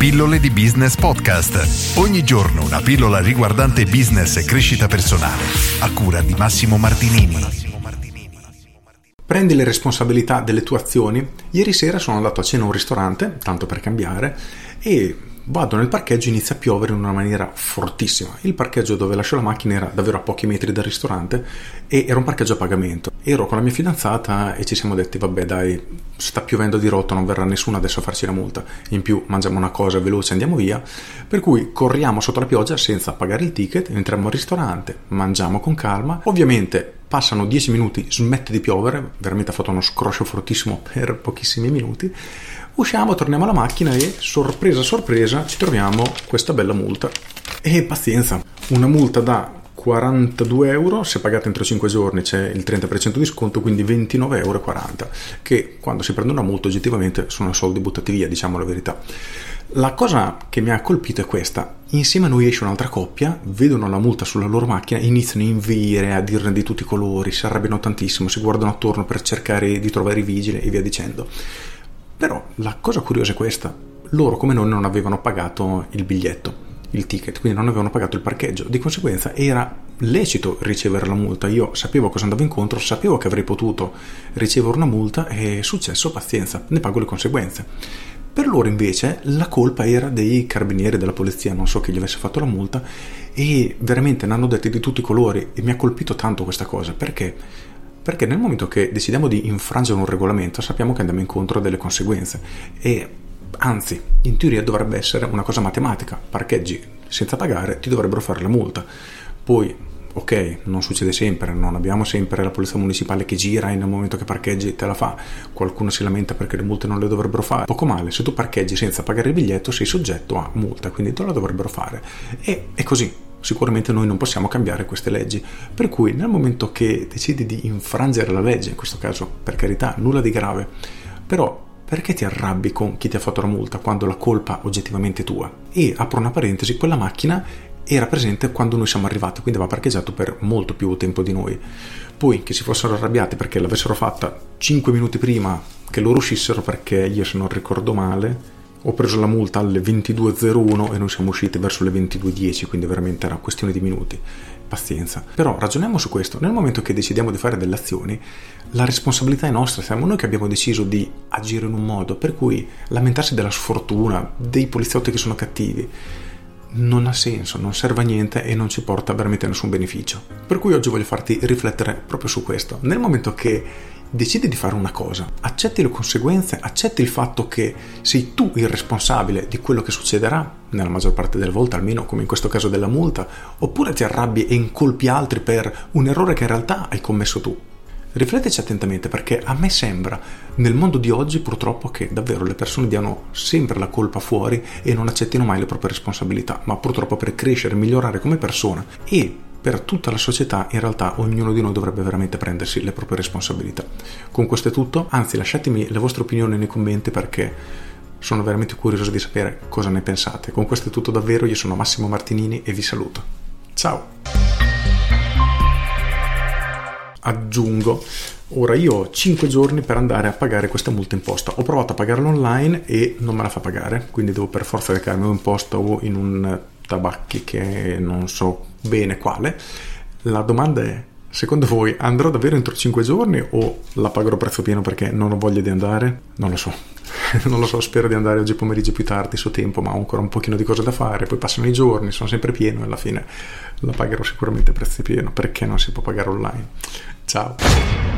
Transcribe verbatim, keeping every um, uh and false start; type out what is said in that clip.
Pillole di Business Podcast. Ogni giorno una pillola riguardante business e crescita personale. A cura di Massimo Martinini. Prendi le responsabilità delle tue azioni. Ieri sera sono andato a cena a un ristorante, tanto per cambiare, e vado nel parcheggio e inizia a piovere in una maniera fortissima. Il parcheggio dove lascio la macchina era davvero a pochi metri dal ristorante e era un parcheggio a pagamento. Ero con la mia fidanzata e ci siamo detti: vabbè dai, sta piovendo di rotto, non verrà nessuno adesso a farci la multa, in più mangiamo una cosa veloce e andiamo via. Per cui corriamo sotto la pioggia senza pagare il ticket, entriamo al ristorante, mangiamo con calma. Ovviamente passano dieci minuti, smette di piovere, veramente ha fatto uno scroscio fortissimo per pochissimi minuti. Usciamo, torniamo alla macchina e sorpresa sorpresa ci troviamo questa bella multa. E pazienza, una multa da quarantadue euro, se pagate entro cinque giorni c'è il trenta per cento di sconto, quindi ventinove virgola quaranta euro, che quando si prende una multa oggettivamente sono soldi buttati via, diciamo la verità. La cosa che mi ha colpito è questa: insieme a noi esce un'altra coppia, vedono la multa sulla loro macchina, iniziano a inveire, a dirne di tutti i colori, si arrabbiano tantissimo, si guardano attorno per cercare di trovare i vigili e via dicendo. Però la cosa curiosa è questa: loro come noi non avevano pagato il biglietto, il ticket, quindi non avevano pagato il parcheggio, di conseguenza era lecito ricevere la multa. Io sapevo cosa andavo incontro, sapevo che avrei potuto ricevere una multa e è successo, pazienza, ne pago le conseguenze. Per loro invece la colpa era dei carabinieri, della polizia, non so chi gli avesse fatto la multa, e veramente ne hanno detti di tutti i colori e mi ha colpito tanto questa cosa. Perché? Perché nel momento che decidiamo di infrangere un regolamento sappiamo che andiamo incontro a delle conseguenze e anzi, in teoria dovrebbe essere una cosa matematica: parcheggi senza pagare, ti dovrebbero fare la multa. Poi ok, non succede sempre, non abbiamo sempre la polizia municipale che gira e nel momento che parcheggi te la fa. Qualcuno si lamenta perché le multe non le dovrebbero fare. Poco male, se tu parcheggi senza pagare il biglietto sei soggetto a multa, quindi te la dovrebbero fare. E è così. Sicuramente noi non possiamo cambiare queste leggi, per cui nel momento che decidi di infrangere la legge, in questo caso per carità nulla di grave, però perché ti arrabbi con chi ti ha fatto la multa quando la colpa oggettivamente è tua? E apro una parentesi: quella macchina era presente quando noi siamo arrivati, quindi aveva parcheggiato per molto più tempo di noi. Poi che si fossero arrabbiati perché l'avessero fatta cinque minuti prima che loro uscissero, perché io, se non ricordo male, ho preso la multa alle ventidue e zero uno e noi siamo usciti verso le ventidue e dieci, quindi veramente era questione di minuti. Pazienza. Però ragioniamo su questo: nel momento che decidiamo di fare delle azioni, la responsabilità è nostra, siamo noi che abbiamo deciso di agire in un modo, per cui lamentarsi della sfortuna, dei poliziotti che sono cattivi, non ha senso, non serve a niente e non ci porta veramente a nessun beneficio. Per cui oggi voglio farti riflettere proprio su questo. Nel momento che decidi di fare una cosa, accetti le conseguenze, accetti il fatto che sei tu il responsabile di quello che succederà, nella maggior parte delle volte, almeno come in questo caso della multa, oppure ti arrabbi e incolpi altri per un errore che in realtà hai commesso tu. Riflettici attentamente, perché a me sembra, nel mondo di oggi purtroppo, che davvero le persone diano sempre la colpa fuori e non accettino mai le proprie responsabilità, ma purtroppo per crescere, migliorare come persona e per tutta la società, in realtà ognuno di noi dovrebbe veramente prendersi le proprie responsabilità. Con questo è tutto, anzi lasciatemi le vostre opinioni nei commenti, perché sono veramente curioso di sapere cosa ne pensate. Con questo è tutto davvero, io sono Massimo Martinini e vi saluto. Ciao! Aggiungo, ora io ho cinque giorni per andare a pagare questa multa imposta. Ho provato a pagarla online e non me la fa pagare, quindi devo per forza recarmi un imposta o in un tabacchi che non so bene quale. La domanda è: secondo voi andrò davvero entro cinque giorni o la pagherò a prezzo pieno perché non ho voglia di andare? Non lo so. Non lo so, spero di andare oggi pomeriggio più tardi, so tempo, ma ho ancora un pochino di cose da fare, poi passano i giorni, sono sempre pieno e alla fine la pagherò sicuramente a prezzo pieno, perché non si può pagare online. Ciao!